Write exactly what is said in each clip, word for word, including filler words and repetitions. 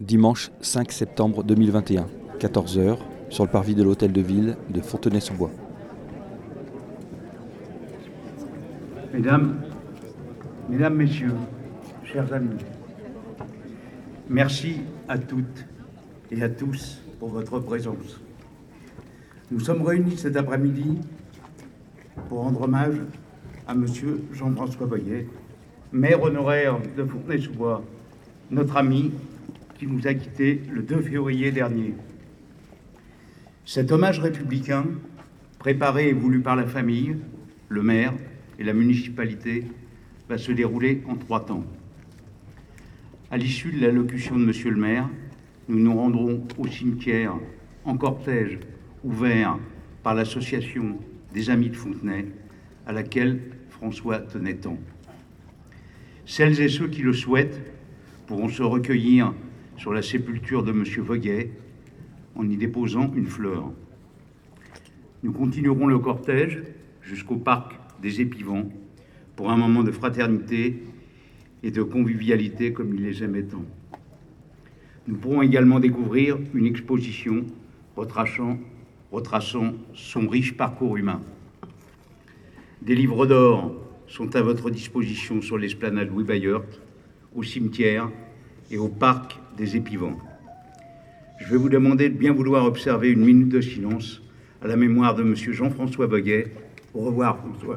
Dimanche cinq septembre deux mille vingt et un, quatorze heures, sur le parvis de l'hôtel de ville de Fontenay-sous-Bois. Mesdames, Mesdames, Messieurs, chers amis, merci à toutes et à tous pour votre présence. Nous sommes réunis cet après-midi pour rendre hommage à Monsieur Jean-François Boyer, maire honoraire de Fontenay-sous-Bois, notre ami qui nous a quittés le deux février dernier. Cet hommage républicain, préparé et voulu par la famille, le maire et la municipalité, va se dérouler en trois temps. À l'issue de l'allocution de Monsieur le maire, nous nous rendrons au cimetière en cortège ouvert par l'association des Amis de Fontenay, à laquelle François tenait tant. Celles et ceux qui le souhaitent pourront se recueillir sur la sépulture de Monsieur Voguet en y déposant une fleur. Nous continuerons le cortège jusqu'au parc des Épivants pour un moment de fraternité et de convivialité comme il les aimait tant. Nous pourrons également découvrir une exposition retraçant, retraçant son riche parcours humain. Des livres d'or sont à votre disposition sur l'esplanade Louis Bailleur, au cimetière et au parc des Épivants. Je vais vous demander de bien vouloir observer une minute de silence à la mémoire de Monsieur Jean-François Boyer. Au revoir, François.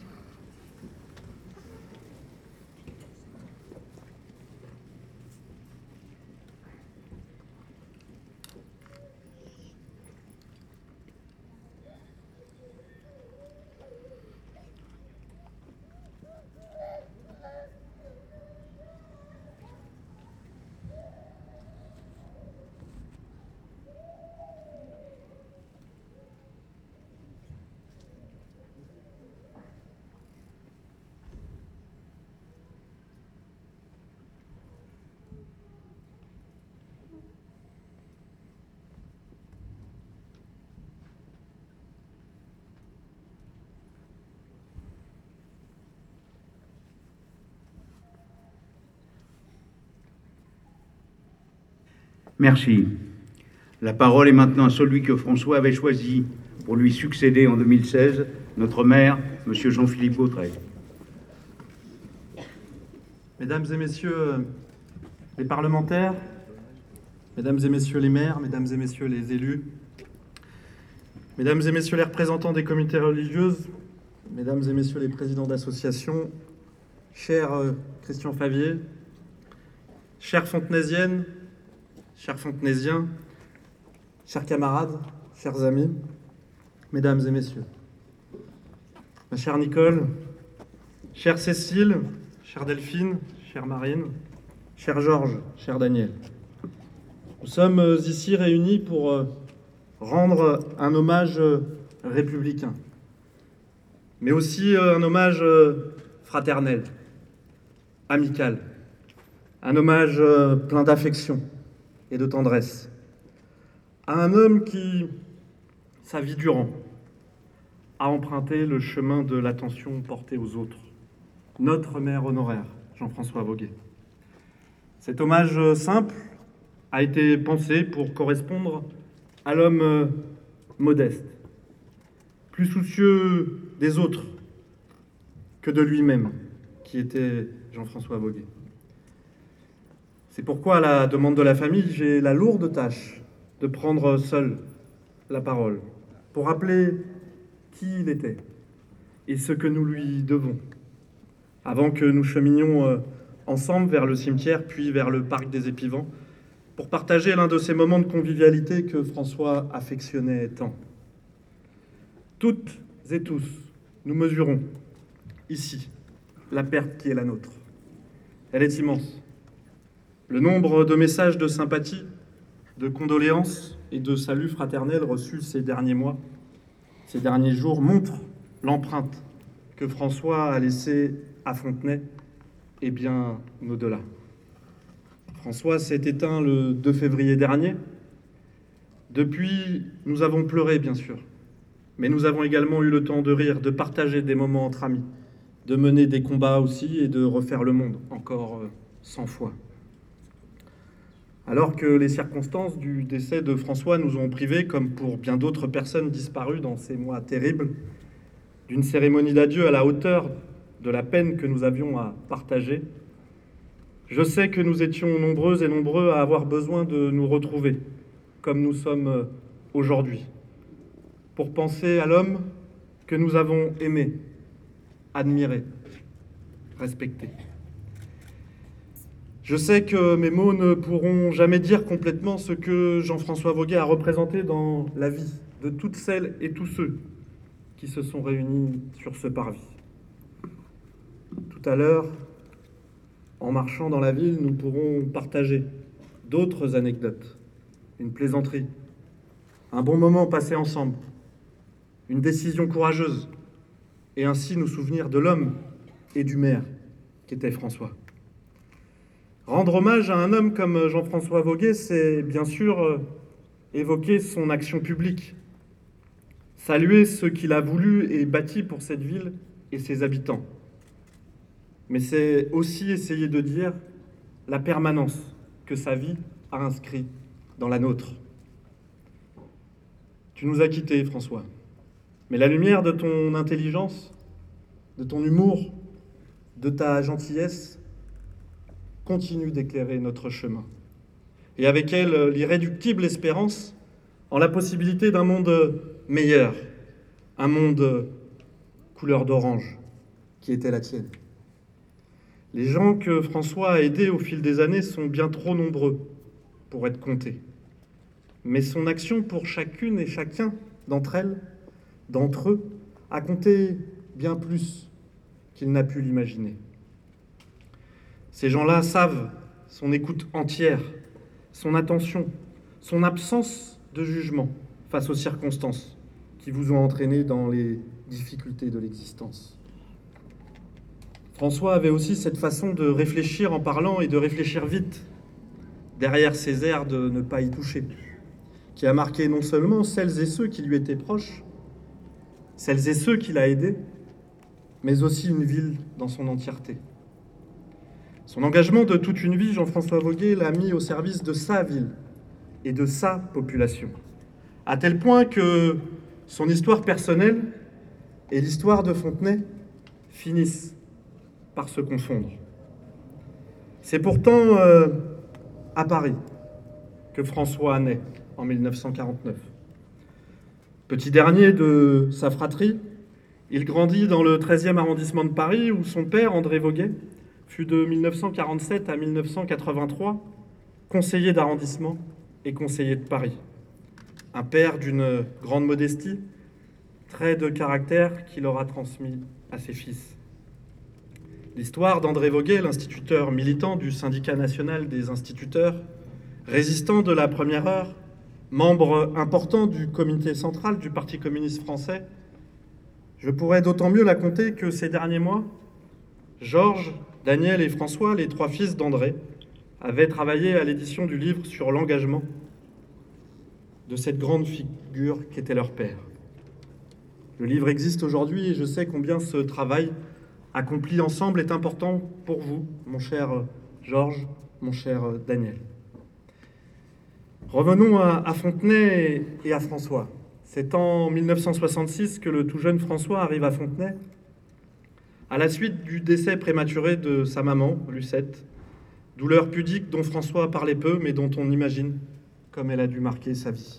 Merci. La parole est maintenant à celui que François avait choisi pour lui succéder en deux mille seize, notre maire, Monsieur Jean-Philippe Gautret. Mesdames et messieurs les parlementaires, mesdames et messieurs les maires, mesdames et messieurs les élus, mesdames et messieurs les représentants des communautés religieuses, mesdames et messieurs les présidents d'associations, cher Christian Favier, chères fontenaisiennes, chers fontenaisiens, chers camarades, chers amis, mesdames et messieurs, ma chère Nicole, chère Cécile, chère Delphine, chère Marine, cher Georges, cher Daniel. Nous sommes ici réunis pour rendre un hommage républicain, mais aussi un hommage fraternel, amical, un hommage plein d'affection et de tendresse à un homme qui, sa vie durant, a emprunté le chemin de l'attention portée aux autres, notre maire honoraire, Jean-François Boyer. Cet hommage simple a été pensé pour correspondre à l'homme modeste, plus soucieux des autres que de lui-même, qui était Jean-François Boyer. C'est pourquoi, à la demande de la famille, j'ai la lourde tâche de prendre seul la parole pour rappeler qui il était et ce que nous lui devons, avant que nous cheminions ensemble vers le cimetière, puis vers le parc des Épivants, pour partager l'un de ces moments de convivialité que François affectionnait tant. Toutes et tous, nous mesurons, ici, la perte qui est la nôtre. Elle est immense. Le nombre de messages de sympathie, de condoléances et de saluts fraternels reçus ces derniers mois, ces derniers jours, montre l'empreinte que François a laissée à Fontenay et bien au-delà. François s'est éteint le deux février dernier. Depuis, nous avons pleuré, bien sûr, mais nous avons également eu le temps de rire, de partager des moments entre amis, de mener des combats aussi et de refaire le monde encore cent fois. Alors que les circonstances du décès de François nous ont privés, comme pour bien d'autres personnes disparues dans ces mois terribles, d'une cérémonie d'adieu à la hauteur de la peine que nous avions à partager, je sais que nous étions nombreux et nombreux à avoir besoin de nous retrouver, comme nous sommes aujourd'hui, pour penser à l'homme que nous avons aimé, admiré, respecté. Je sais que mes mots ne pourront jamais dire complètement ce que Jean-François Voguet a représenté dans la vie de toutes celles et tous ceux qui se sont réunis sur ce parvis. Tout à l'heure, en marchant dans la ville, nous pourrons partager d'autres anecdotes, une plaisanterie, un bon moment passé ensemble, une décision courageuse, et ainsi nous souvenir de l'homme et du maire qu'était François. Rendre hommage à un homme comme Jean-François Voguet, c'est bien sûr évoquer son action publique, saluer ce qu'il a voulu et bâti pour cette ville et ses habitants. Mais c'est aussi essayer de dire la permanence que sa vie a inscrite dans la nôtre. Tu nous as quittés, François, mais la lumière de ton intelligence, de ton humour, de ta gentillesse continue d'éclairer notre chemin. Et avec elle, l'irréductible espérance en la possibilité d'un monde meilleur, un monde couleur d'orange qui était la tienne. Les gens que François a aidés au fil des années sont bien trop nombreux pour être comptés. Mais son action pour chacune et chacun d'entre elles, d'entre eux, a compté bien plus qu'il n'a pu l'imaginer. Ces gens-là savent son écoute entière, son attention, son absence de jugement face aux circonstances qui vous ont entraîné dans les difficultés de l'existence. François avait aussi cette façon de réfléchir en parlant et de réfléchir vite, derrière ses airs de ne pas y toucher, qui a marqué non seulement celles et ceux qui lui étaient proches, celles et ceux qu'il a aidés, mais aussi une ville dans son entièreté. Son engagement de toute une vie, Jean-François Voguet l'a mis au service de sa ville et de sa population, à tel point que son histoire personnelle et l'histoire de Fontenay finissent par se confondre. C'est pourtant euh, à Paris que François naît en mille neuf cent quarante-neuf. Petit dernier de sa fratrie, il grandit dans le treizième arrondissement de Paris où son père, André Voguet, fut de mille neuf cent quarante-sept à mille neuf cent quatre-vingt-trois conseiller d'arrondissement et conseiller de Paris. Un père d'une grande modestie, trait de caractère qu'il aura transmis à ses fils. L'histoire d'André Voguet, l'instituteur militant du syndicat national des instituteurs, résistant de la première heure, membre important du comité central du Parti communiste français, je pourrais d'autant mieux la compter que ces derniers mois, Georges, Daniel et François, les trois fils d'André, avaient travaillé à l'édition du livre sur l'engagement de cette grande figure qu'était leur père. Le livre existe aujourd'hui et je sais combien ce travail accompli ensemble est important pour vous, mon cher Georges, mon cher Daniel. Revenons à, à Fontenay et à François. C'est en mille neuf cent soixante-six que le tout jeune François arrive à Fontenay, à la suite du décès prématuré de sa maman, Lucette, douleur pudique dont François parlait peu, mais dont on imagine comme elle a dû marquer sa vie.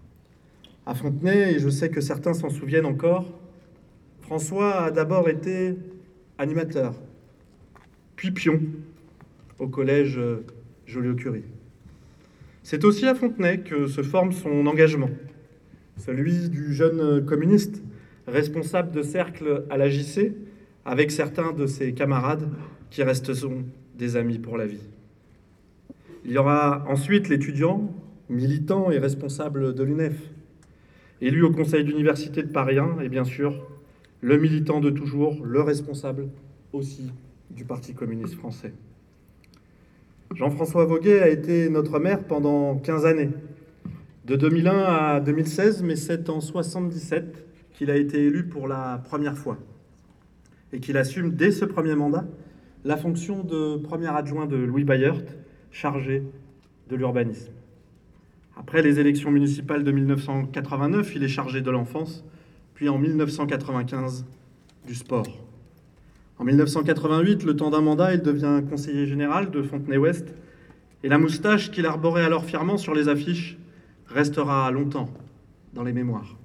À Fontenay, et je sais que certains s'en souviennent encore, François a d'abord été animateur, puis pion au collège Joliot-Curie. C'est aussi à Fontenay que se forme son engagement, celui du jeune communiste, responsable de cercle à la J C, avec certains de ses camarades qui resteront des amis pour la vie. Il y aura ensuite l'étudiant, militant et responsable de l'U N E F, élu au conseil d'université de Paris un, et bien sûr, le militant de toujours, le responsable aussi du Parti communiste français. Jean-François Voguet a été notre maire pendant quinze années, de deux mille un à deux mille seize, mais c'est en soixante-dix-sept qu'il a été élu pour la première fois et qu'il assume dès ce premier mandat la fonction de premier adjoint de Louis Bayert, chargé de l'urbanisme. Après les élections municipales de mille neuf cent quatre-vingt-neuf, il est chargé de l'enfance, puis en mille neuf cent quatre-vingt-quinze, du sport. En mille neuf cent quatre-vingt-huit, le temps d'un mandat, il devient conseiller général de Fontenay-Ouest, et la moustache qu'il arborait alors fièrement sur les affiches restera longtemps dans les mémoires.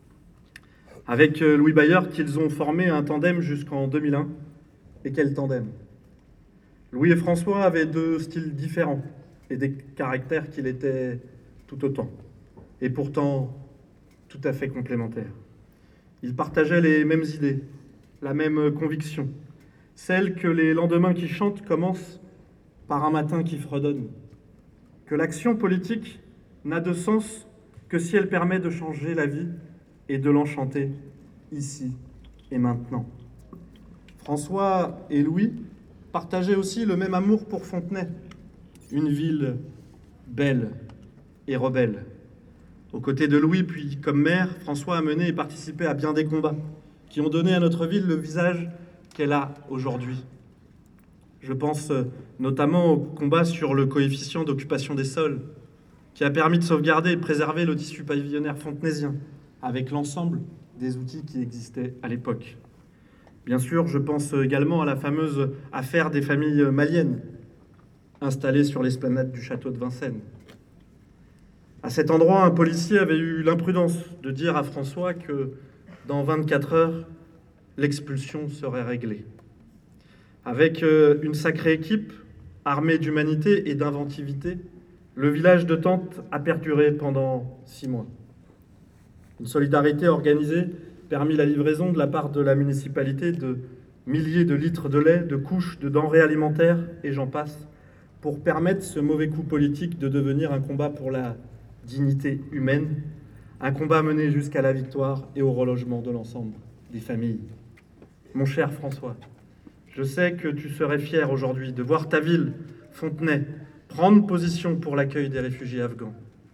Avec Louis Bayard, ils ont formé un tandem jusqu'en deux mille un. Et quel tandem! Louis et François avaient deux styles différents et des caractères qu'il était tout autant, et pourtant tout à fait complémentaires. Ils partageaient les mêmes idées, la même conviction, celle que les lendemains qui chantent commencent par un matin qui fredonne, que l'action politique n'a de sens que si elle permet de changer la vie et de l'enchanter ici et maintenant. François et Louis partageaient aussi le même amour pour Fontenay, une ville belle et rebelle. Aux côtés de Louis, puis comme maire, François a mené et participé à bien des combats qui ont donné à notre ville le visage qu'elle a aujourd'hui. Je pense notamment au combat sur le coefficient d'occupation des sols, qui a permis de sauvegarder et de préserver le tissu pavillonnaire fontenaisien, avec l'ensemble des outils qui existaient à l'époque. Bien sûr, je pense également à la fameuse affaire des familles maliennes, installées sur l'esplanade du château de Vincennes. À cet endroit, un policier avait eu l'imprudence de dire à François que dans vingt-quatre heures, l'expulsion serait réglée. Avec une sacrée équipe, armée d'humanité et d'inventivité, le village de Tente a perduré pendant six mois. Une solidarité organisée permit la livraison de la part de la municipalité de milliers de litres de lait, de couches, de denrées alimentaires, et j'en passe, pour permettre ce mauvais coup politique de devenir un combat pour la dignité humaine, un combat mené jusqu'à la victoire et au relogement de l'ensemble des familles. Mon cher François, je sais que tu serais fier aujourd'hui de voir ta ville, Fontenay, prendre position pour l'accueil des réfugiés afghans.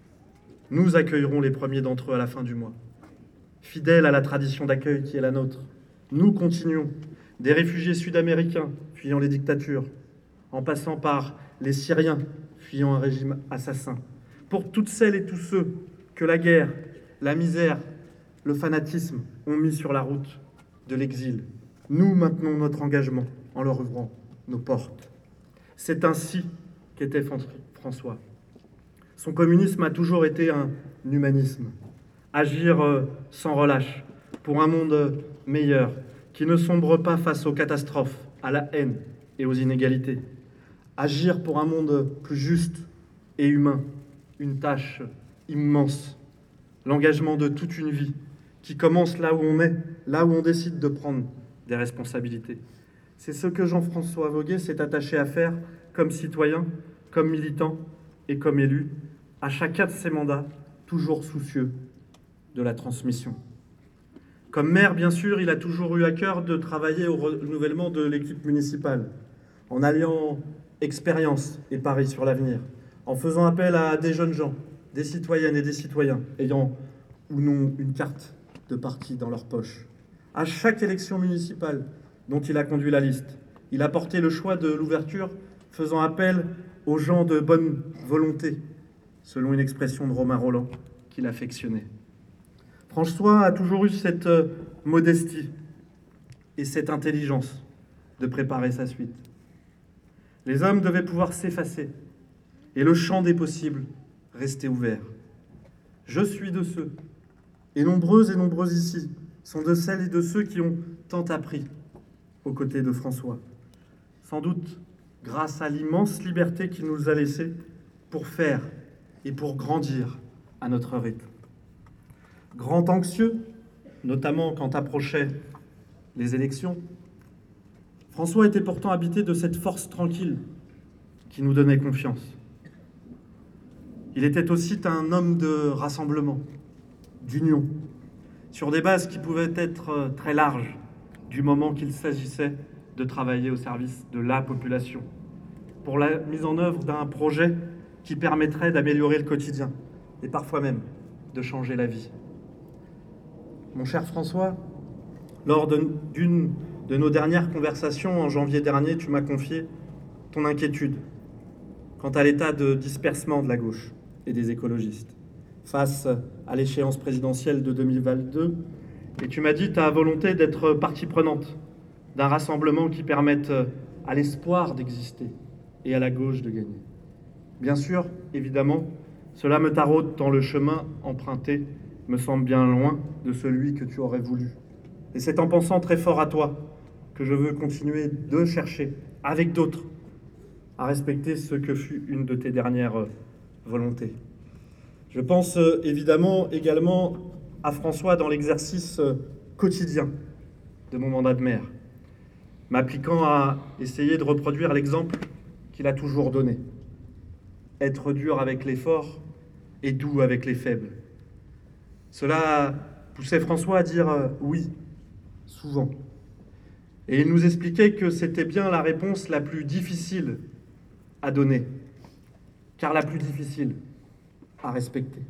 Nous accueillerons les premiers d'entre eux à la fin du mois. Fidèles à la tradition d'accueil qui est la nôtre, nous continuons, des réfugiés sud-américains fuyant les dictatures, en passant par les Syriens fuyant un régime assassin, pour toutes celles et tous ceux que la guerre, la misère, le fanatisme ont mis sur la route de l'exil. Nous maintenons notre engagement en leur ouvrant nos portes. C'est ainsi qu'était François. Son communisme a toujours été un humanisme. Agir sans relâche pour un monde meilleur, qui ne sombre pas face aux catastrophes, à la haine et aux inégalités. Agir pour un monde plus juste et humain, une tâche immense. L'engagement de toute une vie qui commence là où on est, là où on décide de prendre des responsabilités. C'est ce que Jean-François Voguet s'est attaché à faire comme citoyen, comme militant et comme élu, à chacun de ses mandats, toujours soucieux de la transmission. Comme maire, bien sûr, il a toujours eu à cœur de travailler au renouvellement de l'équipe municipale, en alliant expérience et pari sur l'avenir, en faisant appel à des jeunes gens, des citoyennes et des citoyens, ayant ou non une carte de parti dans leur poche. À chaque élection municipale dont il a conduit la liste, il a porté le choix de l'ouverture, faisant appel aux gens de bonne volonté, selon une expression de Romain Rolland qu'il affectionnait. François a toujours eu cette modestie et cette intelligence de préparer sa suite. Les hommes devaient pouvoir s'effacer et le champ des possibles rester ouvert. Je suis de ceux, et nombreuses et nombreux ici, sont de celles et de ceux qui ont tant appris aux côtés de François. Sans doute grâce à l'immense liberté qu'il nous a laissée pour faire et pour grandir à notre rythme. Grand anxieux, notamment quand approchaient les élections, François était pourtant habité de cette force tranquille qui nous donnait confiance. Il était aussi un homme de rassemblement, d'union, sur des bases qui pouvaient être très larges, du moment qu'il s'agissait de travailler au service de la population, pour la mise en œuvre d'un projet qui permettrait d'améliorer le quotidien, et parfois même de changer la vie. Mon cher François, lors d'une de nos dernières conversations en janvier dernier, tu m'as confié ton inquiétude quant à l'état de dispersement de la gauche et des écologistes face à l'échéance présidentielle de deux mille vingt-deux, et tu m'as dit ta volonté d'être partie prenante d'un rassemblement qui permette à l'espoir d'exister et à la gauche de gagner. Bien sûr, évidemment, cela me taraude tant le chemin emprunté me semble bien loin de celui que tu aurais voulu. Et c'est en pensant très fort à toi que je veux continuer de chercher, avec d'autres, à respecter ce que fut une de tes dernières volontés. Je pense évidemment également à François dans l'exercice quotidien de mon mandat de maire, m'appliquant à essayer de reproduire l'exemple qu'il a toujours donné. Être dur avec les forts et doux avec les faibles. Cela poussait François à dire euh, oui, souvent. Et il nous expliquait que c'était bien la réponse la plus difficile à donner, car la plus difficile à respecter.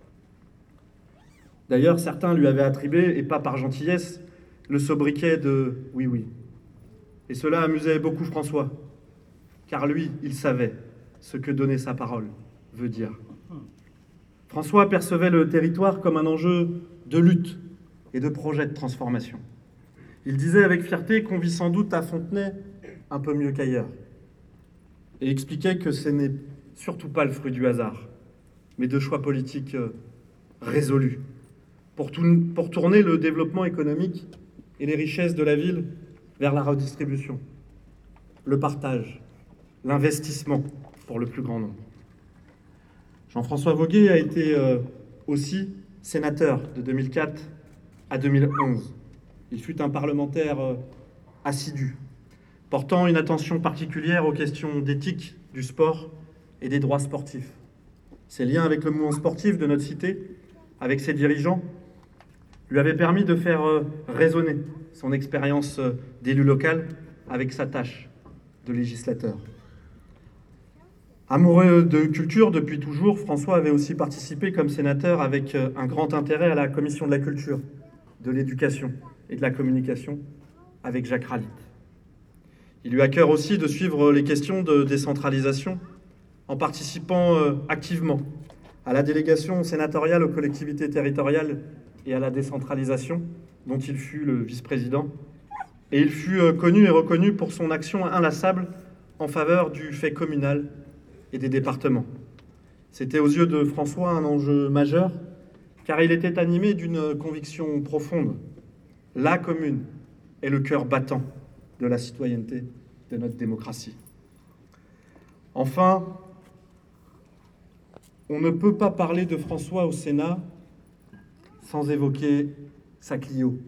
D'ailleurs, certains lui avaient attribué, et pas par gentillesse, le sobriquet de « oui, oui ». Et cela amusait beaucoup François, car lui, il savait ce que donner sa parole veut dire. François percevait le territoire comme un enjeu de lutte et de projet de transformation. Il disait avec fierté qu'on vit sans doute à Fontenay un peu mieux qu'ailleurs, et expliquait que ce n'est surtout pas le fruit du hasard, mais de choix politiques résolus pour, tout, pour tourner le développement économique et les richesses de la ville vers la redistribution, le partage, l'investissement pour le plus grand nombre. Jean-François Voguet a été euh, aussi sénateur de deux mille quatre à deux mille onze. Il fut un parlementaire euh, assidu, portant une attention particulière aux questions d'éthique du sport et des droits sportifs. Ses liens avec le mouvement sportif de notre cité, avec ses dirigeants, lui avaient permis de faire euh, résonner son expérience euh, d'élu local avec sa tâche de législateur. Amoureux de culture depuis toujours, François avait aussi participé comme sénateur avec un grand intérêt à la commission de la culture, de l'éducation et de la communication avec Jacques Ralite. Il eut à cœur aussi de suivre les questions de décentralisation en participant activement à la délégation sénatoriale aux collectivités territoriales et à la décentralisation, dont il fut le vice-président. Et il fut connu et reconnu pour son action inlassable en faveur du fait communal et des départements. C'était aux yeux de François un enjeu majeur, car il était animé d'une conviction profonde. La commune est le cœur battant de la citoyenneté de notre démocratie. Enfin, on ne peut pas parler de François au Sénat sans évoquer sa Clio.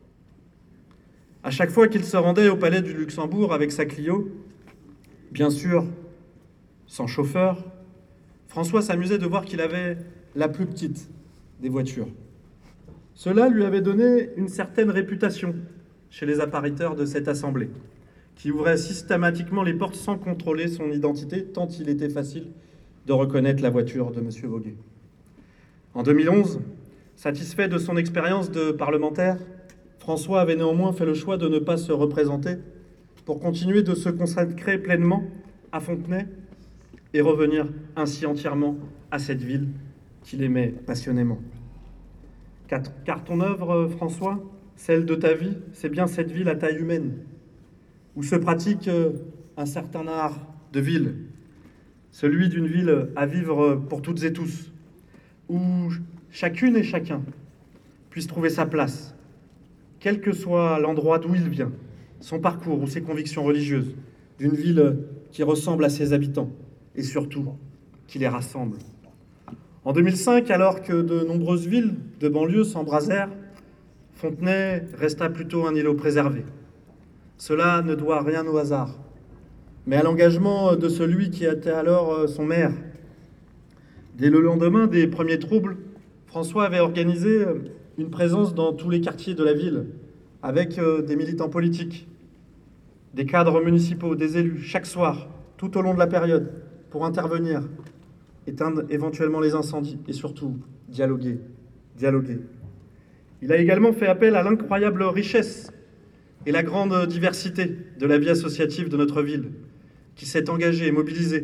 À chaque fois qu'il se rendait au Palais du Luxembourg avec sa Clio, bien sûr, sans chauffeur, François s'amusait de voir qu'il avait la plus petite des voitures. Cela lui avait donné une certaine réputation chez les appariteurs de cette assemblée, qui ouvraient systématiquement les portes sans contrôler son identité, tant il était facile de reconnaître la voiture de M. Voguet. En deux mille onze, satisfait de son expérience de parlementaire, François avait néanmoins fait le choix de ne pas se représenter pour continuer de se consacrer pleinement à Fontenay et revenir ainsi entièrement à cette ville qu'il aimait passionnément. Car, car ton œuvre, François, celle de ta vie, c'est bien cette ville à taille humaine, où se pratique un certain art de ville, celui d'une ville à vivre pour toutes et tous, où chacune et chacun puisse trouver sa place, quel que soit l'endroit d'où il vient, son parcours ou ses convictions religieuses, d'une ville qui ressemble à ses habitants, et surtout, qui les rassemble. En deux mille cinq, alors que de nombreuses villes de banlieue s'embrasèrent, Fontenay resta plutôt un îlot préservé. Cela ne doit rien au hasard, mais à l'engagement de celui qui était alors son maire. Dès le lendemain des premiers troubles, François avait organisé une présence dans tous les quartiers de la ville, avec des militants politiques, des cadres municipaux, des élus, chaque soir, tout au long de la période, pour intervenir, éteindre éventuellement les incendies et surtout dialoguer, dialoguer. Il a également fait appel à l'incroyable richesse et la grande diversité de la vie associative de notre ville, qui s'est engagée et mobilisée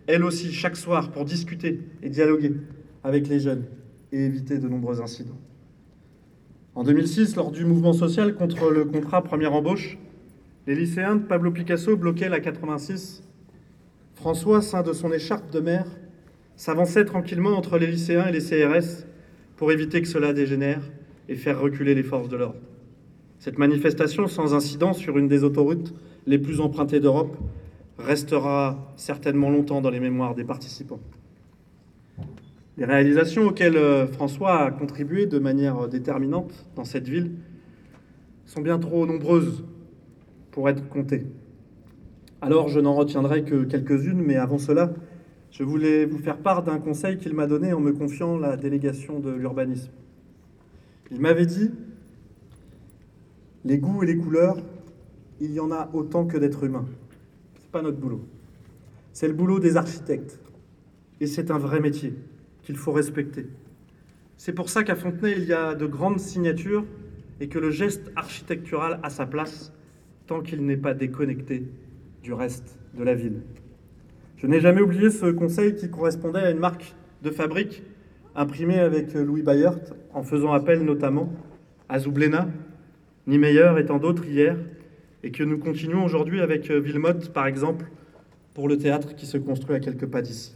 elle aussi, chaque soir, pour discuter et dialoguer avec les jeunes et éviter de nombreux incidents. En deux mille six, lors du mouvement social contre le contrat première embauche, les lycéens de Pablo Picasso bloquaient la quatre-vingt-six. François, ceint de son écharpe de mer, s'avançait tranquillement entre les lycéens et les C R S pour éviter que cela dégénère et faire reculer les forces de l'ordre. Cette manifestation sans incident sur une des autoroutes les plus empruntées d'Europe restera certainement longtemps dans les mémoires des participants. Les réalisations auxquelles François a contribué de manière déterminante dans cette ville sont bien trop nombreuses pour être comptées. Alors je n'en retiendrai que quelques-unes, mais avant cela, je voulais vous faire part d'un conseil qu'il m'a donné en me confiant la délégation de l'urbanisme. Il m'avait dit « Les goûts et les couleurs, il y en a autant que d'êtres humains. Ce n'est pas notre boulot. C'est le boulot des architectes. Et c'est un vrai métier qu'il faut respecter. C'est pour ça qu'à Fontenay, il y a de grandes signatures et que le geste architectural a sa place tant qu'il n'est pas déconnecté du reste de la ville. » Je n'ai jamais oublié ce conseil qui correspondait à une marque de fabrique imprimée avec Louis Bayert, en faisant appel notamment à Zoublena, Niemeyer et tant d'autres hier, et que nous continuons aujourd'hui avec Villemotte, par exemple, pour le théâtre qui se construit à quelques pas d'ici.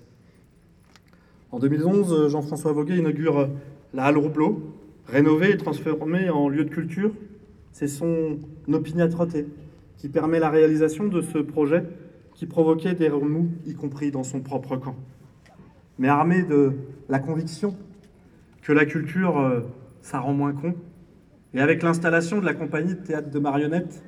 En deux mille onze, Jean-François Voguet inaugure la Halle Roubleau, rénovée et transformée en lieu de culture. C'est son opiniâtreté qui permet la réalisation de ce projet qui provoquait des remous, y compris dans son propre camp. Mais armé de la conviction que la culture, euh, ça rend moins con, et avec l'installation de la compagnie de théâtre de marionnettes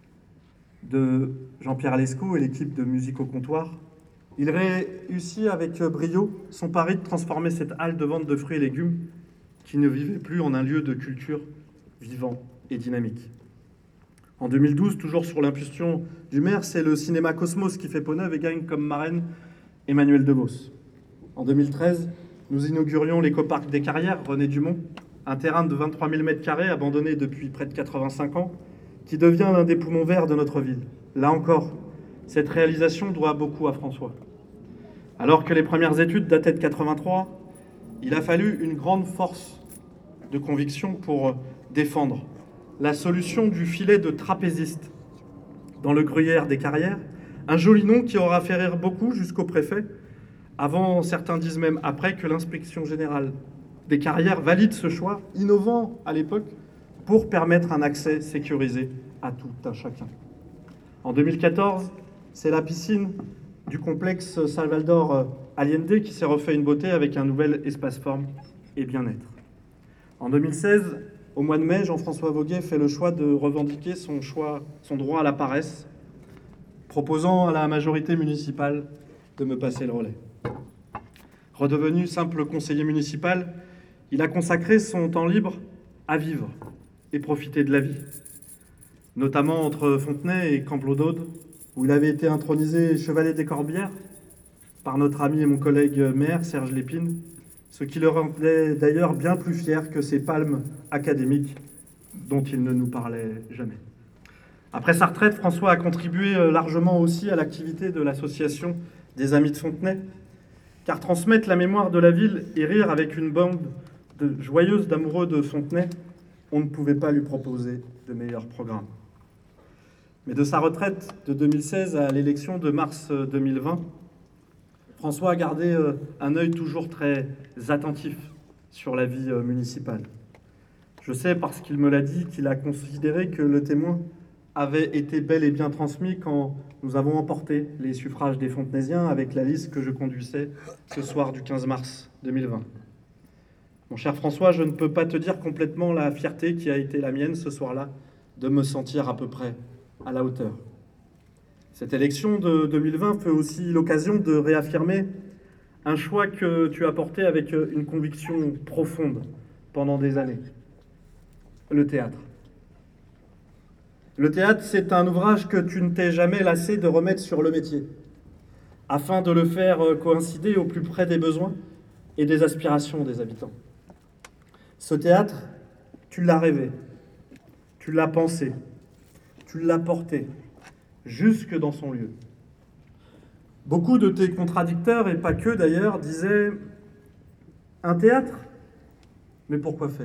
de Jean-Pierre Lescaut et l'équipe de Musique au Comptoir, il réussit avec brio son pari de transformer cette halle de vente de fruits et légumes qui ne vivait plus en un lieu de culture vivant et dynamique. En deux mille douze, toujours sur l'impulsion du maire, c'est le cinéma Cosmos qui fait peau neuve et gagne comme marraine Emmanuelle DeVos. En deux mille treize, nous inaugurions l'écoparc des Carrières, René Dumont, un terrain de vingt-trois mille mètres carrés abandonné depuis près de quatre-vingt-cinq ans, qui devient l'un des poumons verts de notre ville. Là encore, cette réalisation doit beaucoup à François. Alors que les premières études dataient de quatre-vingt-trois, il a fallu une grande force de conviction pour défendre la solution du filet de trapéziste dans le gruyère des Carrières, un joli nom qui aura fait rire beaucoup jusqu'au préfet, avant, certains disent même après, que l'inspection générale des Carrières valide ce choix, innovant à l'époque, pour permettre un accès sécurisé à tout un chacun. En deux mille quatorze, c'est la piscine du complexe Salvador Allende qui s'est refait une beauté avec un nouvel espace forme et bien-être. En deux mille seize, au mois de mai, Jean-François Voguet fait le choix de revendiquer son, choix, son droit à la paresse, proposant à la majorité municipale de me passer le relais. Redevenu simple conseiller municipal, il a consacré son temps libre à vivre et profiter de la vie, notamment entre Fontenay et Camblodaude, où il avait été intronisé chevalier des Corbières par notre ami et mon collègue maire Serge Lépine, ce qui le rendait d'ailleurs bien plus fier que ces palmes académiques dont il ne nous parlait jamais. Après sa retraite, François a contribué largement aussi à l'activité de l'association des Amis de Fontenay, car transmettre la mémoire de la ville et rire avec une bande de joyeuse d'amoureux de Fontenay, on ne pouvait pas lui proposer de meilleurs programmes. Mais de sa retraite de deux mille seize à l'élection de mars deux mille vingt, François a gardé un œil toujours très attentif sur la vie municipale. Je sais, parce qu'il me l'a dit, qu'il a considéré que le témoin avait été bel et bien transmis quand nous avons emporté les suffrages des Fontenaisiens avec la liste que je conduisais ce soir du quinze mars deux mille vingt. Mon cher François, je ne peux pas te dire complètement la fierté qui a été la mienne ce soir-là de me sentir à peu près à la hauteur. Cette élection de deux mille vingt fait aussi l'occasion de réaffirmer un choix que tu as porté avec une conviction profonde pendant des années. Le théâtre. Le théâtre, c'est un ouvrage que tu ne t'es jamais lassé de remettre sur le métier, afin de le faire coïncider au plus près des besoins et des aspirations des habitants. Ce théâtre, tu l'as rêvé, tu l'as pensé, tu l'as porté, jusque dans son lieu. Beaucoup de tes contradicteurs, et pas que d'ailleurs, disaient « un théâtre, mais pourquoi faire ?»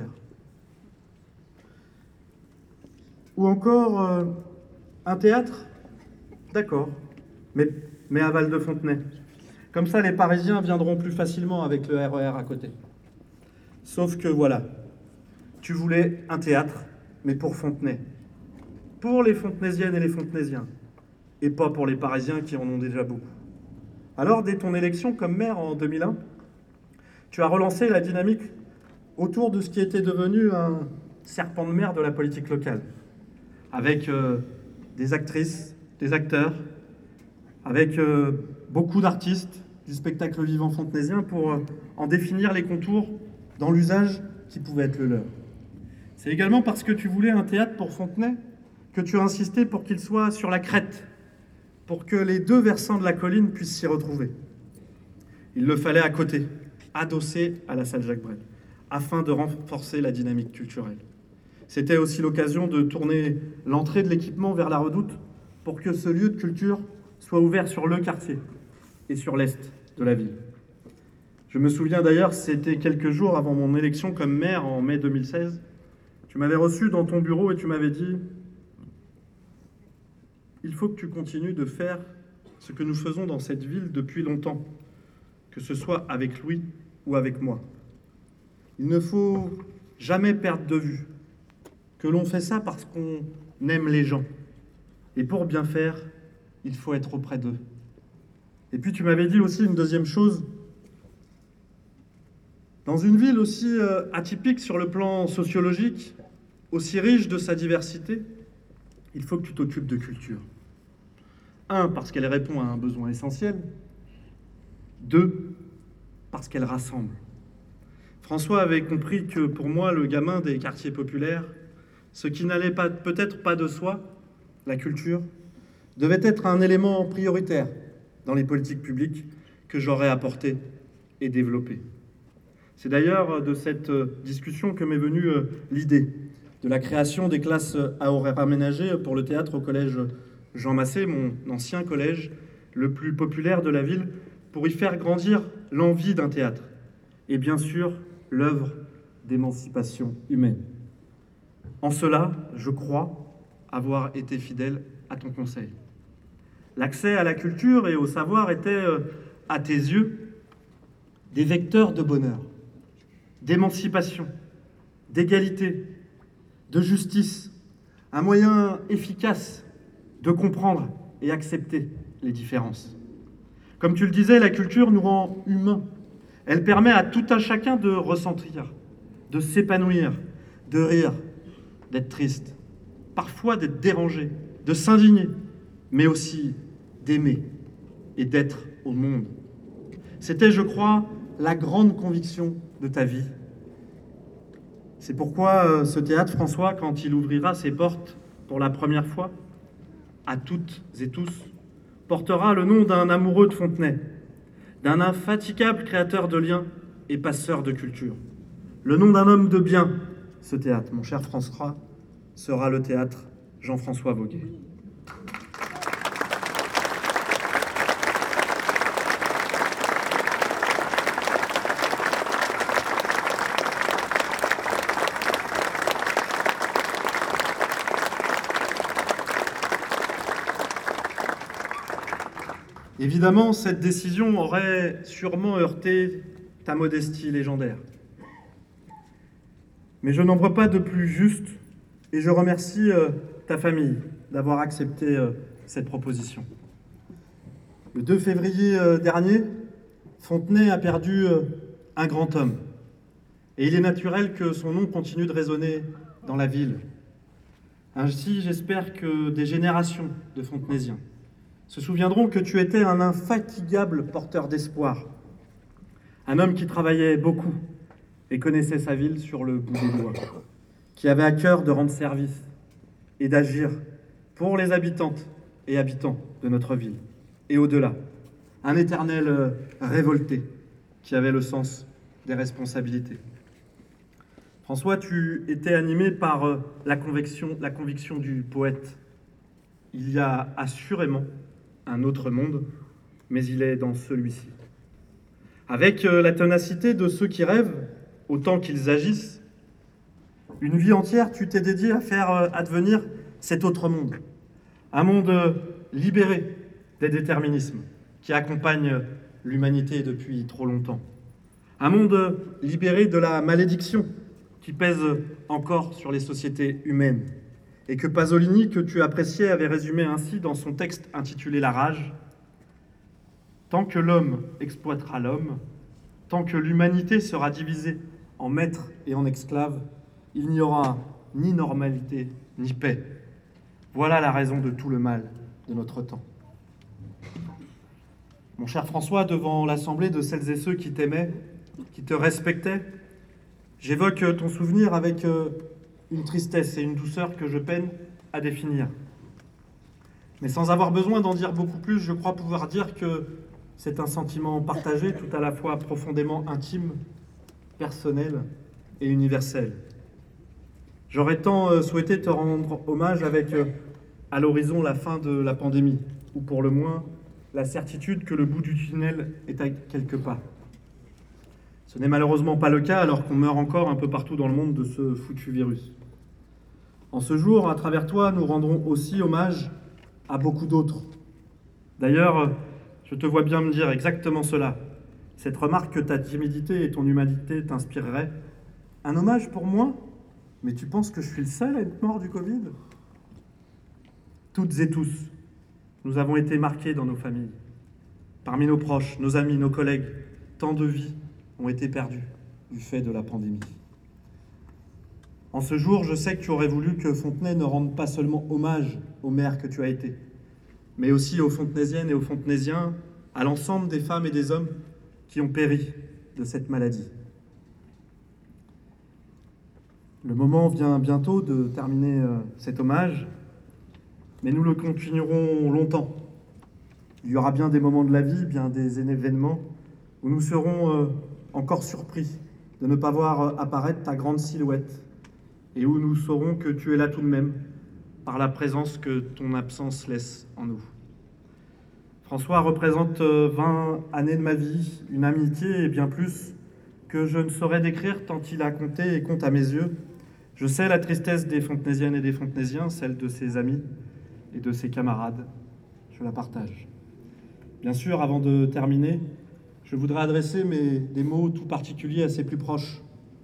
Ou encore euh, « un théâtre, d'accord, mais, mais à Val de Fontenay. Comme ça, les Parisiens viendront plus facilement avec le R E R à côté. » Sauf que voilà, tu voulais un théâtre, mais pour Fontenay. Pour les Fontenaisiennes et les Fontenaisiens, et pas pour les Parisiens qui en ont déjà beaucoup. Alors, dès ton élection comme maire en deux mille un, tu as relancé la dynamique autour de ce qui était devenu un serpent de mer de la politique locale, avec euh, des actrices, des acteurs, avec euh, beaucoup d'artistes du spectacle vivant fontenaisien pour euh, en définir les contours dans l'usage qui pouvait être le leur. C'est également parce que tu voulais un théâtre pour Fontenay que tu as insisté pour qu'il soit sur la crête, pour que les deux versants de la colline puissent s'y retrouver. Il le fallait à côté, adossé à la salle Jacques Brel, afin de renforcer la dynamique culturelle. C'était aussi l'occasion de tourner l'entrée de l'équipement vers la Redoute pour que ce lieu de culture soit ouvert sur le quartier et sur l'est de la ville. Je me souviens d'ailleurs, c'était quelques jours avant mon élection comme maire en mai deux mille seize, tu m'avais reçu dans ton bureau et tu m'avais dit « Il faut que tu continues de faire ce que nous faisons dans cette ville depuis longtemps, que ce soit avec Louis ou avec moi. Il ne faut jamais perdre de vue que l'on fait ça parce qu'on aime les gens. Et pour bien faire, il faut être auprès d'eux. » Et puis tu m'avais dit aussi une deuxième chose. Dans une ville aussi euh, atypique sur le plan sociologique, aussi riche de sa diversité, il faut que tu t'occupes de culture. Un, parce qu'elle répond à un besoin essentiel. Deux, parce qu'elle rassemble. François avait compris que pour moi, le gamin des quartiers populaires, ce qui n'allait pas, peut-être pas de soi, la culture, devait être un élément prioritaire dans les politiques publiques que j'aurais apporté et développé. C'est d'ailleurs de cette discussion que m'est venue l'idée de la création des classes à horaires aménagés pour le théâtre au collège Jean Massé, mon ancien collège, le plus populaire de la ville, pour y faire grandir l'envie d'un théâtre et bien sûr l'œuvre d'émancipation humaine. En cela, je crois avoir été fidèle à ton conseil. L'accès à la culture et au savoir étaient, à tes yeux, des vecteurs de bonheur, d'émancipation, d'égalité, de justice, un moyen efficace de comprendre et accepter les différences. Comme tu le disais, la culture nous rend humains. Elle permet à tout un chacun de ressentir, de s'épanouir, de rire, d'être triste, parfois d'être dérangé, de s'indigner, mais aussi d'aimer et d'être au monde. C'était, je crois, la grande conviction de ta vie. C'est pourquoi euh, ce théâtre, François, quand il ouvrira ses portes pour la première fois, à toutes et tous, portera le nom d'un amoureux de Fontenay, d'un infatigable créateur de liens et passeur de culture. Le nom d'un homme de bien, ce théâtre, mon cher François, sera le théâtre Jean-François Voguet. Évidemment, cette décision aurait sûrement heurté ta modestie légendaire. Mais je n'en vois pas de plus juste et je remercie euh, ta famille d'avoir accepté euh, cette proposition. Le deux février euh, dernier, Fontenay a perdu euh, un grand homme et il est naturel que son nom continue de résonner dans la ville. Ainsi, j'espère que des générations de Fontenaisiens se souviendront que tu étais un infatigable porteur d'espoir, un homme qui travaillait beaucoup et connaissait sa ville sur le bout des doigts, qui avait à cœur de rendre service et d'agir pour les habitantes et habitants de notre ville, et au-delà, un éternel révolté qui avait le sens des responsabilités. François, tu étais animé par la conviction, la conviction du poète. Il y a assurément un autre monde mais il est dans celui-ci. Avec la ténacité de ceux qui rêvent, autant qu'ils agissent, une vie entière, tu t'es dédié à faire advenir cet autre monde. Un monde libéré des déterminismes qui accompagnent l'humanité depuis trop longtemps. Un monde libéré de la malédiction qui pèse encore sur les sociétés humaines. Et que Pasolini, que tu appréciais, avait résumé ainsi dans son texte intitulé « La rage ». Tant que l'homme exploitera l'homme, tant que l'humanité sera divisée en maîtres et en esclaves, il n'y aura ni normalité ni paix. Voilà la raison de tout le mal de notre temps. Mon cher François, devant l'assemblée de celles et ceux qui t'aimaient, qui te respectaient, j'évoque ton souvenir avec une tristesse et une douceur que je peine à définir. Mais sans avoir besoin d'en dire beaucoup plus, je crois pouvoir dire que c'est un sentiment partagé, tout à la fois profondément intime, personnel et universel. J'aurais tant souhaité te rendre hommage avec, à l'horizon, la fin de la pandémie, ou pour le moins, la certitude que le bout du tunnel est à quelques pas. Ce n'est malheureusement pas le cas, alors qu'on meurt encore un peu partout dans le monde de ce foutu virus. En ce jour, à travers toi, nous rendrons aussi hommage à beaucoup d'autres. D'ailleurs, je te vois bien me dire exactement cela. Cette remarque que ta timidité et ton humanité t'inspireraient. Un hommage pour moi ? Mais tu penses que je suis le seul à être mort du Covid ? Toutes et tous, nous avons été marqués dans nos familles. Parmi nos proches, nos amis, nos collègues, tant de vies ont été perdues du fait de la pandémie. En ce jour, je sais que tu aurais voulu que Fontenay ne rende pas seulement hommage au maire que tu as été, mais aussi aux Fontenaisiennes et aux Fontenaisiens, à l'ensemble des femmes et des hommes qui ont péri de cette maladie. Le moment vient bientôt de terminer cet hommage, mais nous le continuerons longtemps. Il y aura bien des moments de la vie, bien des événements où nous serons encore surpris de ne pas voir apparaître ta grande silhouette et où nous saurons que tu es là tout de même, par la présence que ton absence laisse en nous. François représente vingt années de ma vie, une amitié et bien plus que je ne saurais décrire tant il a compté et compte à mes yeux. Je sais la tristesse des Fontenaisiennes et des Fontenaisiens, celle de ses amis et de ses camarades. Je la partage. Bien sûr, avant de terminer, je voudrais adresser mes, des mots tout particuliers à ses plus proches.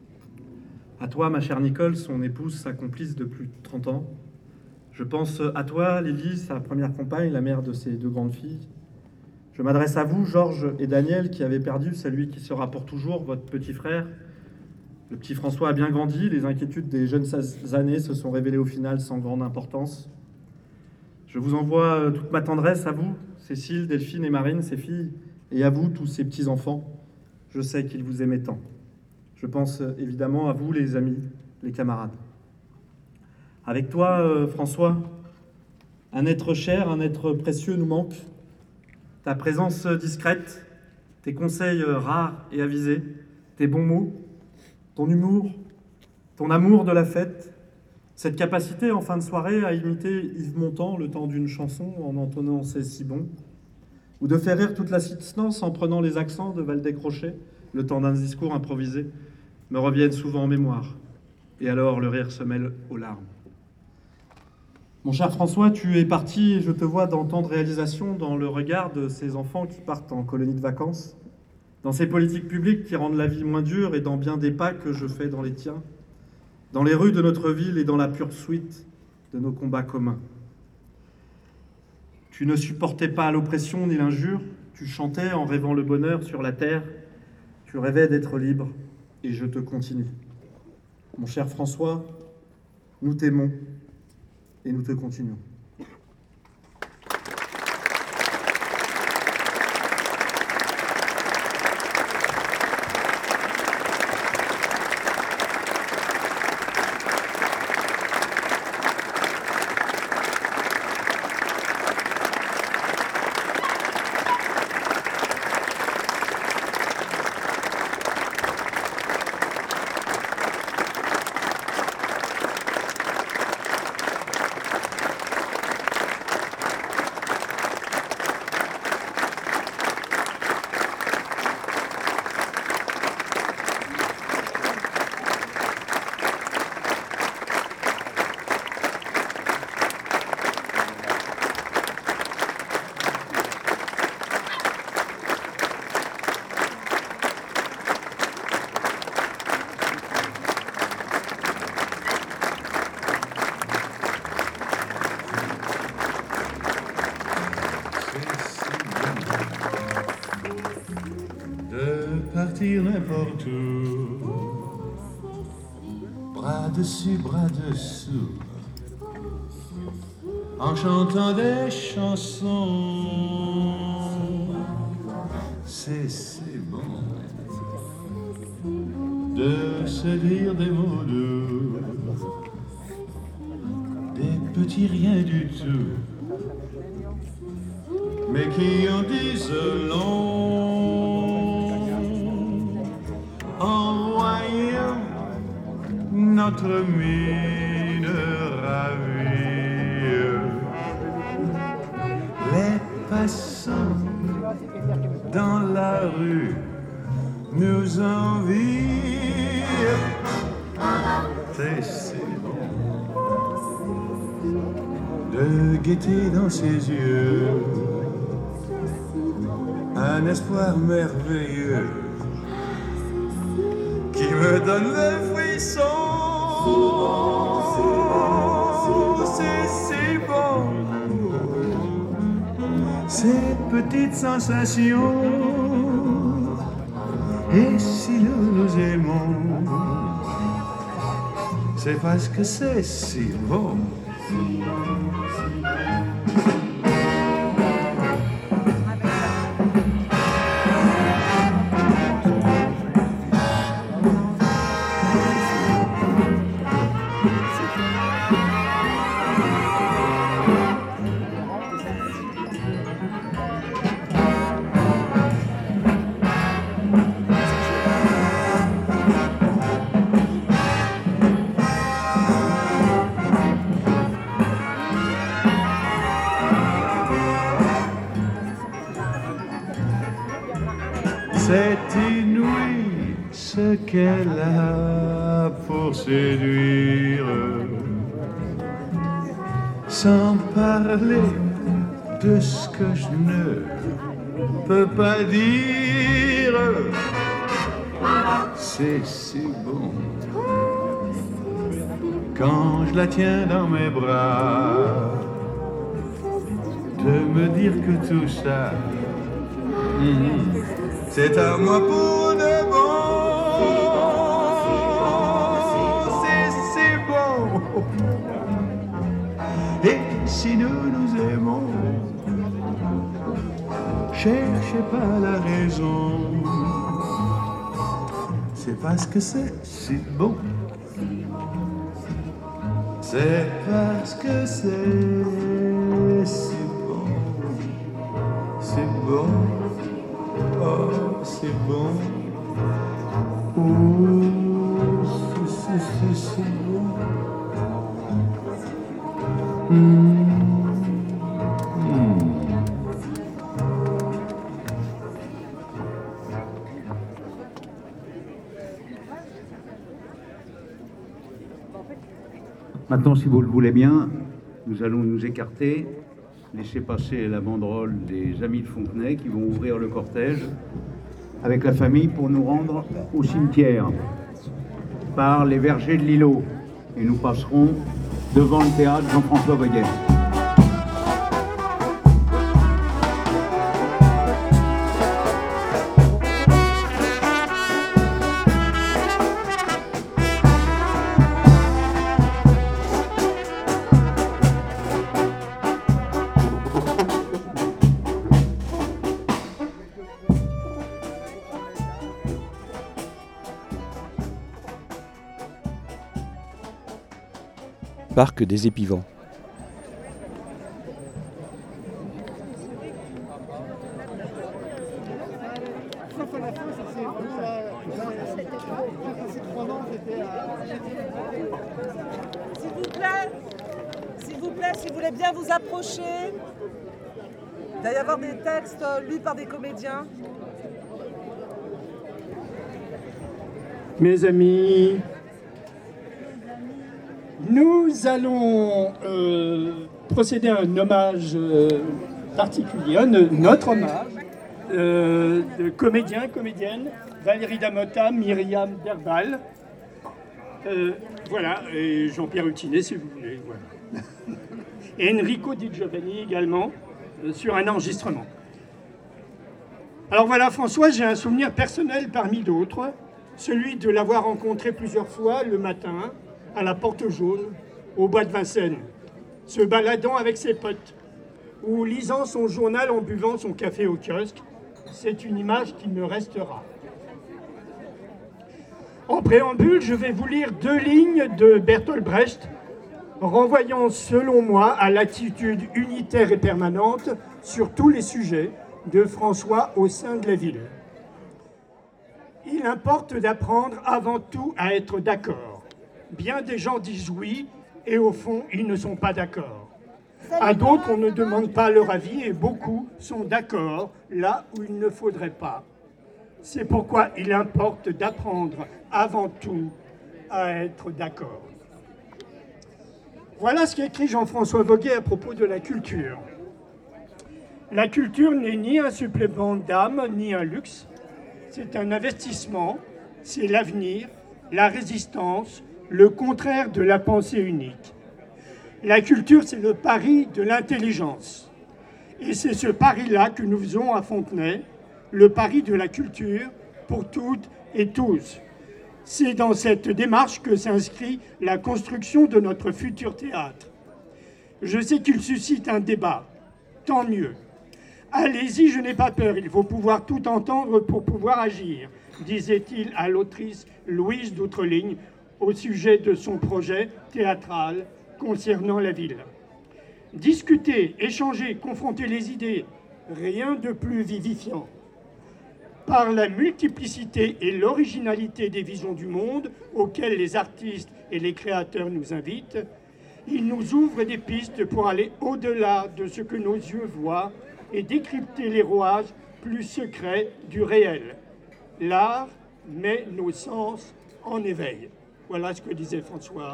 À toi, ma chère Nicole, son épouse, sa complice de plus de trente ans. Je pense à toi, Lily, sa première compagne, la mère de ses deux grandes filles. Je m'adresse à vous, Georges et Daniel, qui avez perdu celui qui sera pour toujours votre petit frère. Le petit François a bien grandi, les inquiétudes des jeunes années se sont révélées au final sans grande importance. Je vous envoie toute ma tendresse à vous, Cécile, Delphine et Marine, ses filles, et à vous, tous ces petits-enfants. Je sais qu'ils vous aimaient tant. Je pense évidemment à vous, les amis, les camarades. Avec toi, euh, François, un être cher, un être précieux nous manque. Ta présence discrète, tes conseils rares et avisés, tes bons mots, ton humour, ton amour de la fête, cette capacité en fin de soirée à imiter Yves Montand le temps d'une chanson en entonnant ses si bons, ou de faire rire toute l'assistance en prenant les accents de Valdez-Crochet le temps d'un discours improvisé, me reviennent souvent en mémoire. Et alors le rire se mêle aux larmes. Mon cher François, tu es parti et je te vois dans tant de réalisations dans le regard de ces enfants qui partent en colonie de vacances, dans ces politiques publiques qui rendent la vie moins dure et dans bien des pas que je fais dans les tiens, dans les rues de notre ville et dans la poursuite de nos combats communs. Tu ne supportais pas l'oppression ni l'injure, tu chantais en rêvant le bonheur sur la terre, tu rêvais d'être libre et je te continue. Mon cher François, nous t'aimons et nous te continuons. partir n'importe où, bras dessus, bras dessous, en chantant des chansons. C'est si bon de se dire des mots doux, des petits rien du tout, mais qui en disent long en voyant notre mine ravie. Les passants dans la rue nous envient. C'est si bon de guetter dans ses yeux un espoir merveilleux qui me donne le frisson. C'est si bon, ces petites sensations. Et si nous nous aimons, c'est parce que c'est si bon. C'est inouï ce qu'elle a pour séduire, sans parler de ce que je ne peux pas dire. C'est si bon quand je la tiens dans mes bras, de me dire que tout ça, mm-hmm, c'est à moi pour de bon. C'est si bon. Et si nous nous aimons, cherchez pas la raison, c'est parce que c'est si bon. C'est parce que c'est si bon. C'est bon. Oh, c'est bon. Oh, c'est, c'est, c'est bon. Mmh. Mmh. Maintenant, si vous le voulez bien, nous allons nous écarter, laisser passer la banderole des Amis de Fontenay qui vont ouvrir le cortège avec la famille pour nous rendre au cimetière par les vergers de l'îlot. Et nous passerons devant le théâtre Jean-François Voyet. Parc des Épivants. S'il vous plaît, s'il vous plaît, si vous voulez bien vous approcher, il va y avoir des textes lus par des comédiens. Mes amis, nous allons euh, procéder à un hommage euh, particulier, un, notre hommage euh, de comédiens, comédiennes, Valérie Damotta, Myriam Derbal, euh, voilà, et Jean-Pierre Utinet si vous voulez, voilà. Et Enrico Di Giovanni également, euh, sur un enregistrement. Alors voilà, François, j'ai un souvenir personnel parmi d'autres, celui de l'avoir rencontré plusieurs fois le matin, à la Porte Jaune, au bois de Vincennes, se baladant avec ses potes, ou lisant son journal en buvant son café au kiosque. C'est une image qui me restera. En préambule, je vais vous lire deux lignes de Bertolt Brecht, renvoyant selon moi à l'attitude unitaire et permanente sur tous les sujets de François au sein de la ville. Il importe d'apprendre avant tout à être d'accord. Bien des gens disent oui et au fond, ils ne sont pas d'accord. À d'autres, on ne demande pas leur avis et beaucoup sont d'accord là où il ne faudrait pas. C'est pourquoi il importe d'apprendre avant tout à être d'accord. Voilà ce qu'écrit Jean-François Voguet à propos de la culture. La culture n'est ni un supplément d'âme, ni un luxe. C'est un investissement, c'est l'avenir, la résistance, le contraire de la pensée unique. La culture, c'est le pari de l'intelligence. Et c'est ce pari-là que nous faisons à Fontenay, le pari de la culture pour toutes et tous. C'est dans cette démarche que s'inscrit la construction de notre futur théâtre. Je sais qu'il suscite un débat, tant mieux. Allez-y, je n'ai pas peur, il faut pouvoir tout entendre pour pouvoir agir, disait-il à l'autrice Louise d'Outreligne au sujet de son projet théâtral concernant la ville. Discuter, échanger, confronter les idées, rien de plus vivifiant. Par la multiplicité et l'originalité des visions du monde auxquelles les artistes et les créateurs nous invitent, ils nous ouvrent des pistes pour aller au-delà de ce que nos yeux voient et décrypter les rouages plus secrets du réel. L'art met nos sens en éveil. Voilà ce que disait François.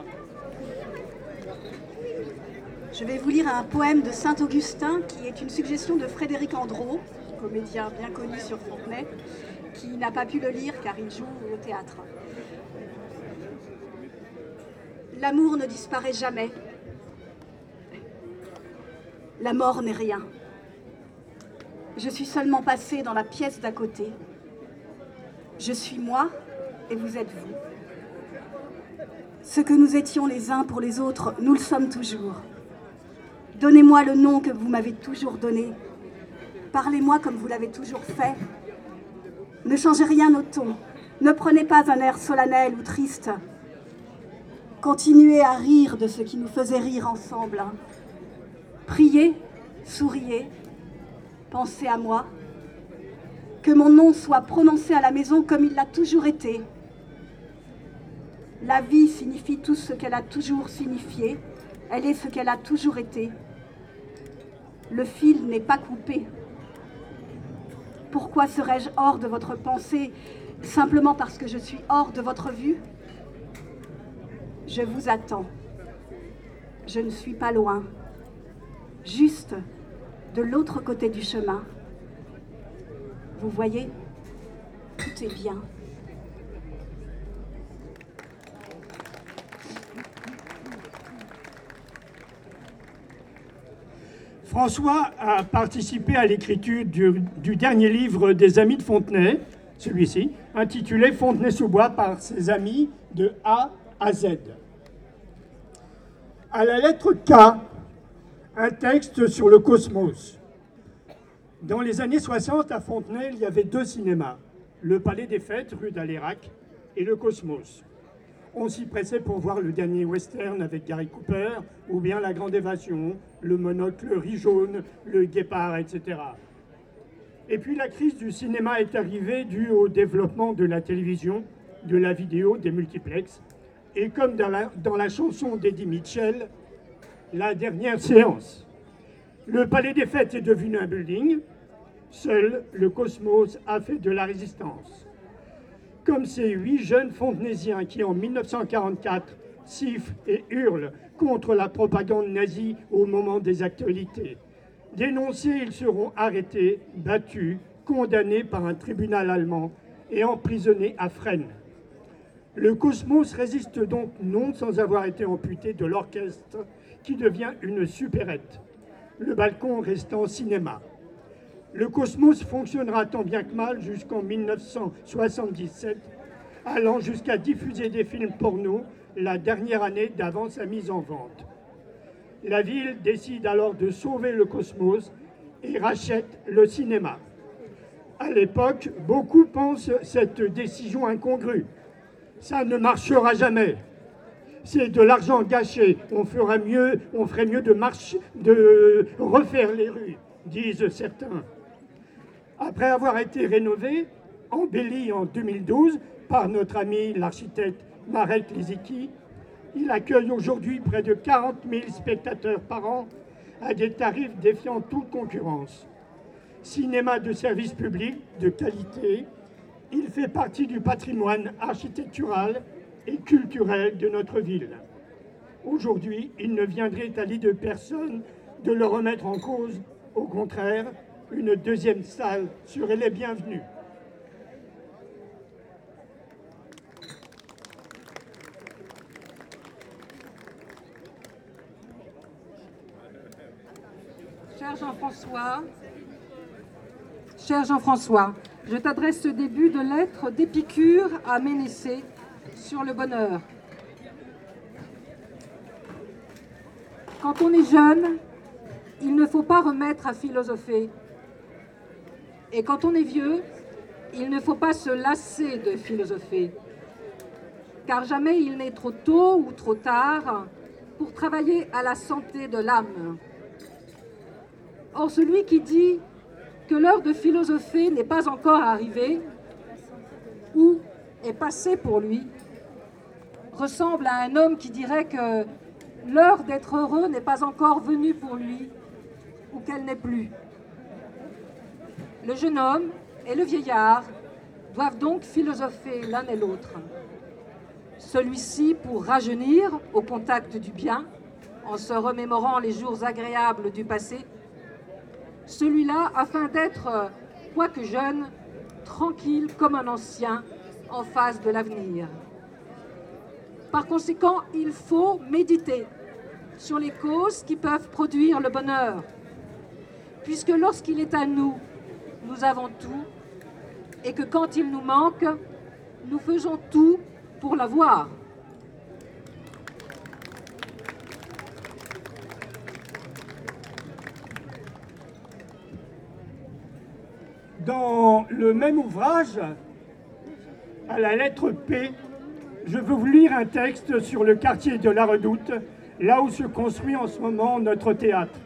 Je vais vous lire un poème de Saint-Augustin qui est une suggestion de Frédéric Andreau, comédien bien connu sur Fontenay, qui n'a pas pu le lire car il joue au théâtre. L'amour ne disparaît jamais. La mort n'est rien. Je suis seulement passée dans la pièce d'à côté. Je suis moi et vous êtes vous. Ce que nous étions les uns pour les autres, nous le sommes toujours. Donnez-moi le nom que vous m'avez toujours donné. Parlez-moi comme vous l'avez toujours fait. Ne changez rien au ton. Ne prenez pas un air solennel ou triste. Continuez à rire de ce qui nous faisait rire ensemble. Priez, souriez, pensez à moi. Que mon nom soit prononcé à la maison comme il l'a toujours été. La vie signifie tout ce qu'elle a toujours signifié. Elle est ce qu'elle a toujours été. Le fil n'est pas coupé. Pourquoi serais-je hors de votre pensée simplement parce que je suis hors de votre vue? Je vous attends. Je ne suis pas loin. Juste de l'autre côté du chemin. Vous voyez, tout est bien. François a participé à l'écriture du, du dernier livre des Amis de Fontenay, celui-ci, intitulé Fontenay-sous-Bois par ses amis de A à Z. À la lettre K, un texte sur le cosmos. Dans les années soixante, à Fontenay, il y avait deux cinémas, le Palais des Fêtes, rue d'Alérac, et le Cosmos. On s'y pressait pour voir le dernier western avec Gary Cooper, ou bien La Grande Évasion, le monocle riz jaune, le guépard, et cetera. Et puis la crise du cinéma est arrivée due au développement de la télévision, de la vidéo, des multiplexes. Et comme dans la, dans la chanson d'Eddie Mitchell, la dernière séance. Le Palais des Fêtes est devenu un building. Seul le Cosmos a fait de la résistance. Comme ces huit jeunes fontenaisiens qui, en mille neuf cent quarante-quatre, sifflent et hurlent contre la propagande nazie au moment des actualités. Dénoncés, ils seront arrêtés, battus, condamnés par un tribunal allemand et emprisonnés à Fresnes. Le Cosmos résiste donc non sans avoir été amputé de l'orchestre qui devient une supérette, le balcon restant cinéma. Le Cosmos fonctionnera tant bien que mal jusqu'en mille neuf cent soixante-dix-sept, allant jusqu'à diffuser des films porno la dernière année d'avant sa mise en vente. La ville décide alors de sauver le Cosmos et rachète le cinéma. À l'époque, beaucoup pensent cette décision incongrue. Ça ne marchera jamais. C'est de l'argent gâché. On fera mieux, on ferait mieux de, marcher, de refaire les rues, disent certains. Après avoir été rénové, embelli en deux mille douze par notre ami l'architecte Marek Lizicki, il accueille aujourd'hui près de quarante mille spectateurs par an à des tarifs défiant toute concurrence. Cinéma de service public de qualité, il fait partie du patrimoine architectural et culturel de notre ville. Aujourd'hui, il ne viendrait à l'idée de personne de le remettre en cause. Au contraire, une deuxième salle serait les bienvenus. Cher Jean-François, cher Jean-François, je t'adresse ce début de lettre d'Épicure à Ménécée sur le bonheur. Quand on est jeune, il ne faut pas remettre à philosopher. Et quand on est vieux, il ne faut pas se lasser de philosopher. Car jamais il n'est trop tôt ou trop tard pour travailler à la santé de l'âme. Or, celui qui dit que l'heure de philosopher n'est pas encore arrivée, ou est passée pour lui, ressemble à un homme qui dirait que l'heure d'être heureux n'est pas encore venue pour lui, ou qu'elle n'est plus. Le jeune homme et le vieillard doivent donc philosopher l'un et l'autre. Celui-ci pour rajeunir au contact du bien, en se remémorant les jours agréables du passé, celui-là afin d'être, quoique jeune, tranquille comme un ancien en face de l'avenir. Par conséquent, il faut méditer sur les causes qui peuvent produire le bonheur, puisque lorsqu'il est à nous, nous avons tout, et que quand il nous manque, nous faisons tout pour l'avoir. Dans le même ouvrage, à la lettre P, je veux vous lire un texte sur le quartier de la Redoute, là où se construit en ce moment notre théâtre.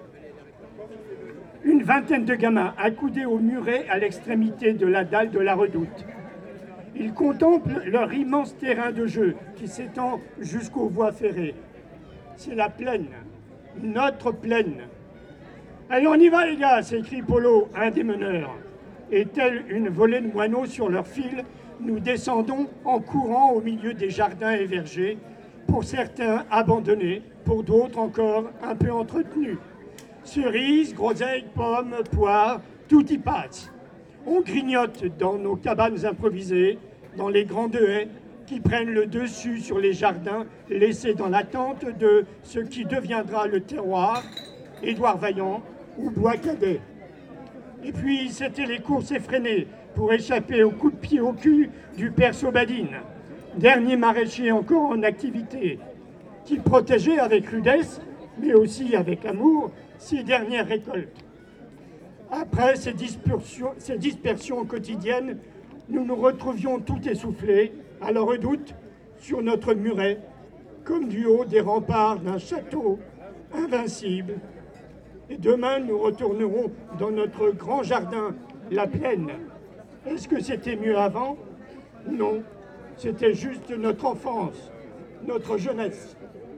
Une vingtaine de gamins accoudés au muret à l'extrémité de la dalle de la Redoute. Ils contemplent leur immense terrain de jeu qui s'étend jusqu'aux voies ferrées. C'est la plaine, notre plaine. Allez, on y va les gars, s'écrie Polo, un des meneurs. Et telle une volée de moineaux sur leur fil, nous descendons en courant au milieu des jardins et vergers, pour certains abandonnés, pour d'autres encore un peu entretenus. Cerises, groseilles, pommes, poires, tout y passe. On grignote dans nos cabanes improvisées, dans les grandes haies qui prennent le dessus sur les jardins laissés dans l'attente de ce qui deviendra le terroir, Édouard Vaillant ou Bois Cadet. Et puis, c'était les courses effrénées pour échapper aux coups de pied au cul du père Sobadine, dernier maraîcher encore en activité, qui protégeait avec rudesse, mais aussi avec amour, ses dernières récoltes. Après ces dispersions, ces dispersions quotidiennes, nous nous retrouvions tout essoufflés, à la Redoute, sur notre muret, comme du haut des remparts d'un château invincible. Et demain, nous retournerons dans notre grand jardin, la plaine. Est-ce que c'était mieux avant? Non, c'était juste notre enfance, notre jeunesse.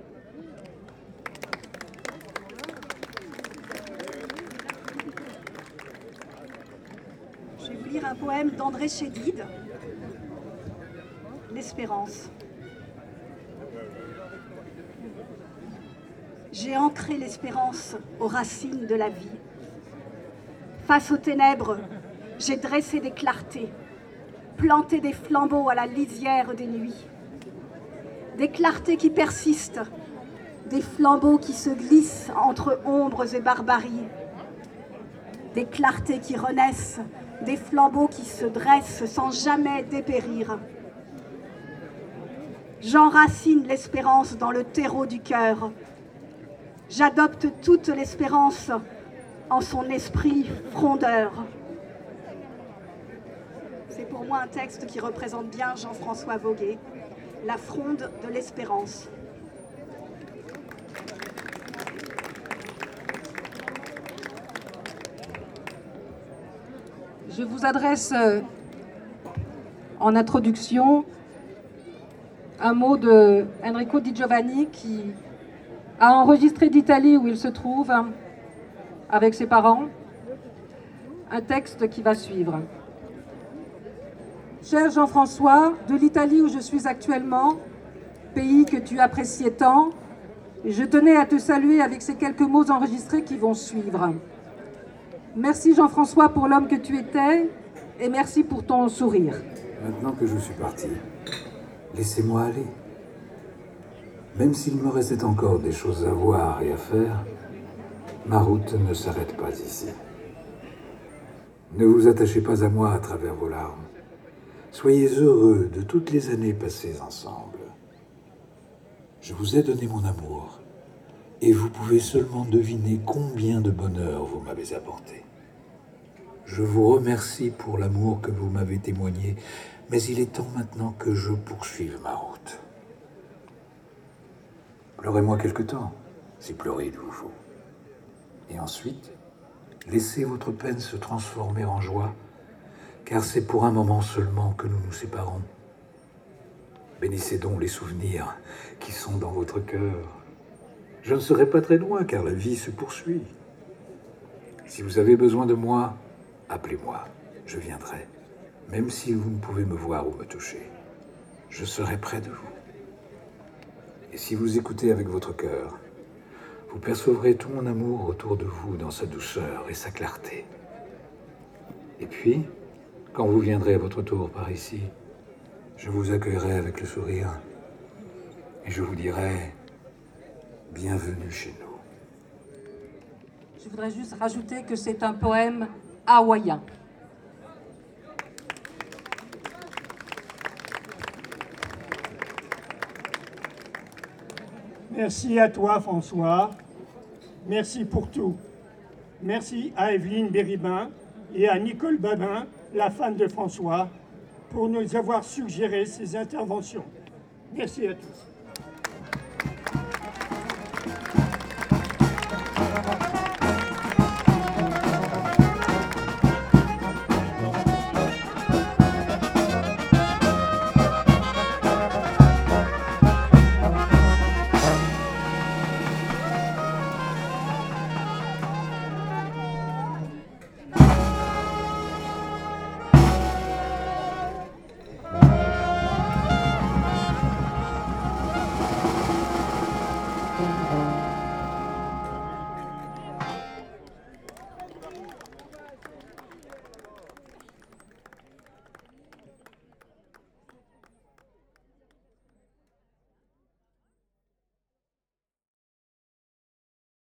Je vais vous lire un poème d'André Chédid, L'Espérance. J'ai ancré l'espérance aux racines de la vie. Face aux ténèbres, j'ai dressé des clartés, planté des flambeaux à la lisière des nuits. Des clartés qui persistent, des flambeaux qui se glissent entre ombres et barbaries. des clartés qui renaissent, des flambeaux qui se dressent sans jamais dépérir. J'enracine l'espérance dans le terreau du cœur. J'adopte toute l'espérance en son esprit frondeur. C'est pour moi un texte qui représente bien Jean-François Voguet, la fronde de l'espérance. Je vous adresse euh, en introduction un mot de Enrico Di Giovanni qui a enregistré d'Italie où il se trouve hein, avec ses parents un texte qui va suivre. Cher Jean-François, de l'Italie où je suis actuellement, pays que tu appréciais tant, je tenais à te saluer avec ces quelques mots enregistrés qui vont suivre. Merci Jean-François pour l'homme que tu étais et merci pour ton sourire. Maintenant que je suis parti, laissez-moi aller. Même s'il me restait encore des choses à voir et à faire, ma route ne s'arrête pas ici. Ne vous attachez pas à moi à travers vos larmes. Soyez heureux de toutes les années passées ensemble. Je vous ai donné mon amour, et vous pouvez seulement deviner combien de bonheur vous m'avez apporté. Je vous remercie pour l'amour que vous m'avez témoigné, mais il est temps maintenant que je poursuive ma route. Pleurez-moi quelque temps, si pleurer il vous faut. Et ensuite, laissez votre peine se transformer en joie, car c'est pour un moment seulement que nous nous séparons. Bénissez donc les souvenirs qui sont dans votre cœur. Je ne serai pas très loin, car la vie se poursuit. Si vous avez besoin de moi, appelez-moi, je viendrai. Même si vous ne pouvez me voir ou me toucher, je serai près de vous. Et si vous écoutez avec votre cœur, vous percevrez tout mon amour autour de vous dans sa douceur et sa clarté. Et puis, quand vous viendrez à votre tour par ici, je vous accueillerai avec le sourire et je vous dirai « Bienvenue chez nous ». Je voudrais juste rajouter que c'est un poème hawaïen. Merci à toi, François. Merci pour tout. Merci à Evelyne Béribin et à Nicole Babin, la femme de François, pour nous avoir suggéré ces interventions. Merci à tous.